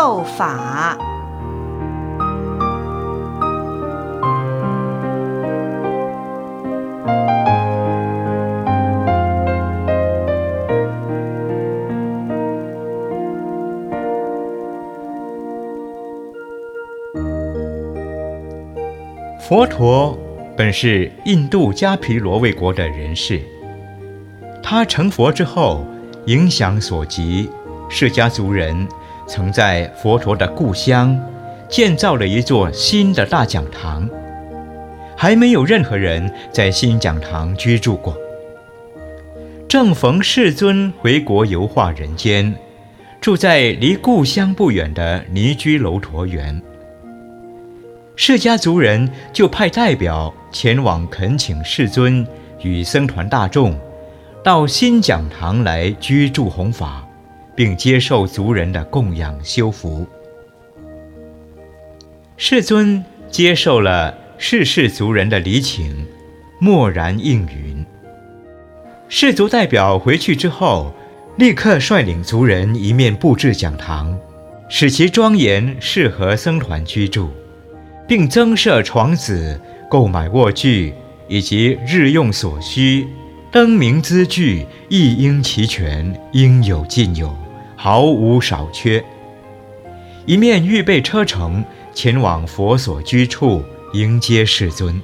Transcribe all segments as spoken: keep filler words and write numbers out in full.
漏法。 佛陀本是印度迦毗罗卫国的人士，他成佛之后，影响所及，释迦族人曾在佛陀的故乡建造了一座新的大讲堂，还没有任何人在新讲堂居住过。正逢世尊回国游化人间，住在离故乡不远的尼居楼陀园。释迦族人就派代表前往恳请世尊与僧团大众到新讲堂来居住弘法，并接受族人的供养修福。世尊接受了世氏族人的礼请，默然应允。氏族代表回去之后，立刻率领族人一面布置讲堂，使其庄严适合僧团居住，并增设床子、购买卧具以及日用所需，灯明资具一应齐全，应有尽有，毫无少缺。一面预备车程，前往佛所居处迎接世尊。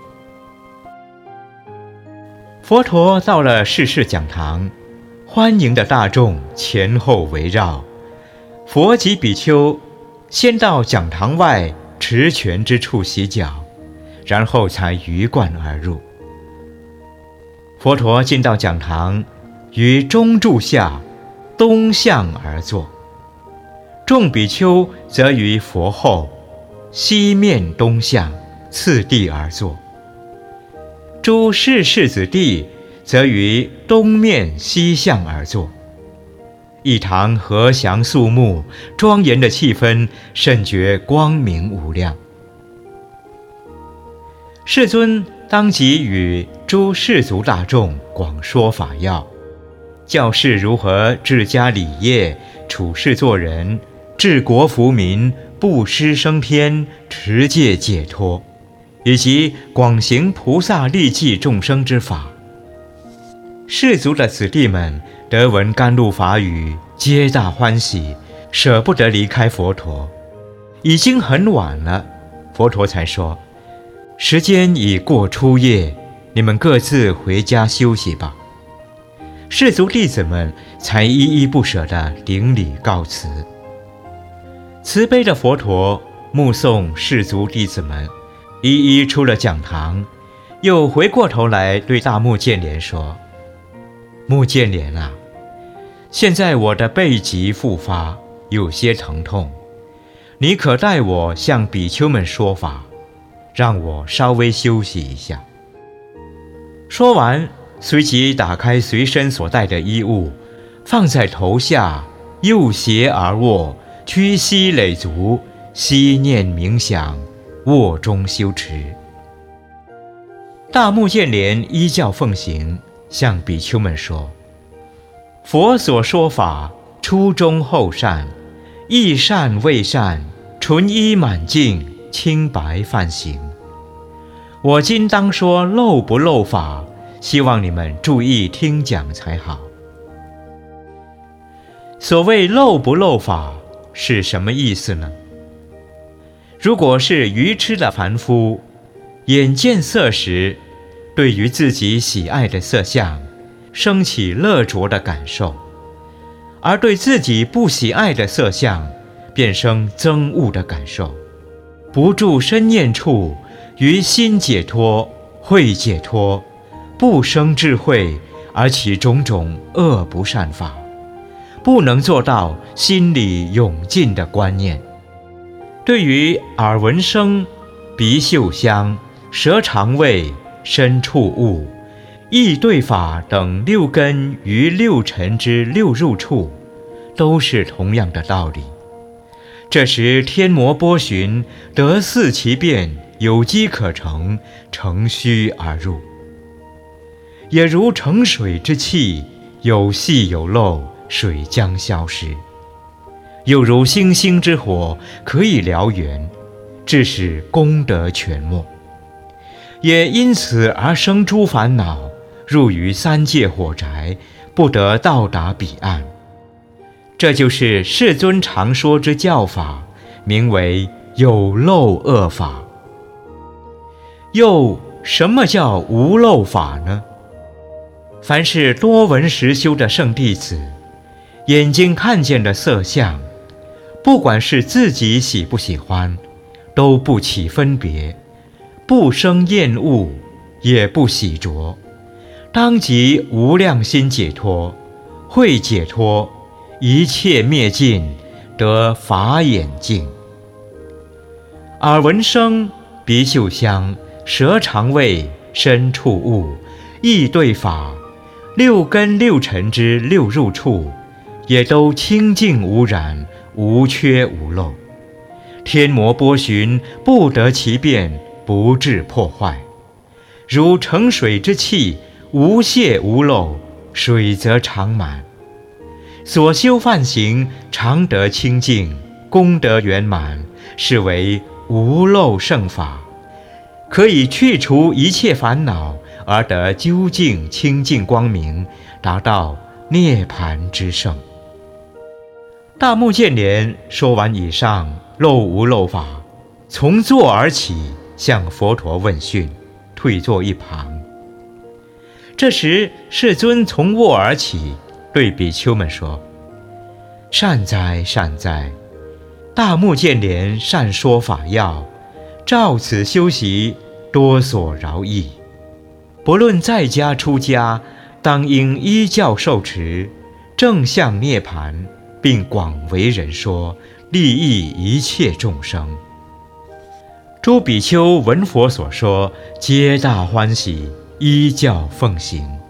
佛陀到了世事讲堂，欢迎的大众前后围绕，佛及比丘先到讲堂外持泉之处洗脚，然后才鱼贯而入。佛陀进到讲堂，于中柱下东向而坐，众比丘则于佛后西面东向次第而坐，诸世氏子弟则于东面西向而坐。一堂和祥肃穆、庄严的气氛，甚觉光明无量。世尊当即与诸氏族大众广说法要，教示如何治家理业、处世做人、治国福民、布施升天、持戒解脱，以及广行菩萨利济众生之法。氏族的子弟们得闻甘露法语，皆大欢喜，舍不得离开佛陀。已经很晚了，佛陀才说：时间已过初夜，你们各自回家休息吧。氏族弟子们才依依不舍地顶礼告辞。慈悲的佛陀目送氏族弟子们一一出了讲堂，又回过头来对大目犍连说：目犍连啊，现在我的背脊复发，有些疼痛，你可代我向比丘们说法，让我稍微休息一下。说完，随即打开随身所带的衣物，放在头下，右斜而卧，屈膝累足，息念冥想，卧中修持。大目犍连依教奉行，向比丘们说：佛所说法，初中后善，亦善未善，纯一满净，清白梵行。我今当说漏不漏法，希望你们注意听讲才好。所谓漏不漏法是什么意思呢？如果是愚痴的凡夫，眼见色时，对于自己喜爱的色相升起乐着的感受，而对自己不喜爱的色相便生憎恶的感受，不住身念处，于心解脱、慧解脱，不生智慧，而起种种恶不善法，不能做到心里永尽的观念。对于耳闻声、鼻嗅香、舌尝味、身触物、意对法等六根于六尘之六入处，都是同样的道理。这时天魔波旬，得似其变，有机可乘，乘虚而入。也如盛水之气，有细有漏，水将消失。 又如星星之火，可以燎原，致使功德全没。也因此而生诸烦恼，入于三界火宅，不得到达彼岸。这就是世尊常说之教法，名为有漏恶法。又什么叫无漏法呢？凡是多闻实修的圣弟子，眼睛看见的色相，不管是自己喜不喜欢，都不起分别，不生厌恶，也不喜着，当即无量心解脱，会解脱，一切灭尽，得法眼净。耳闻声，鼻嗅香，舌尝味，身触物，意对法，六根六尘之六入处，也都清净无染，无缺无漏。天魔波旬，不得其变，不致破坏。如盛水之器，无泄无漏，水则常满。所修梵行，常得清净，功德圆满，是为无漏圣法，可以去除一切烦恼，而得究竟清净光明，达到涅槃之圣。大目犍连说完以上漏无漏法，从座而起，向佛陀问讯，退坐一旁。这时世尊从卧而起，对比丘们说：善哉善哉，大目犍连善说法要，照此修习，多所饶益。不论在家出家，当应依教受持，正向涅槃，并广为人说，利益一切众生。诸比丘闻佛所说，皆大欢喜，依教奉行。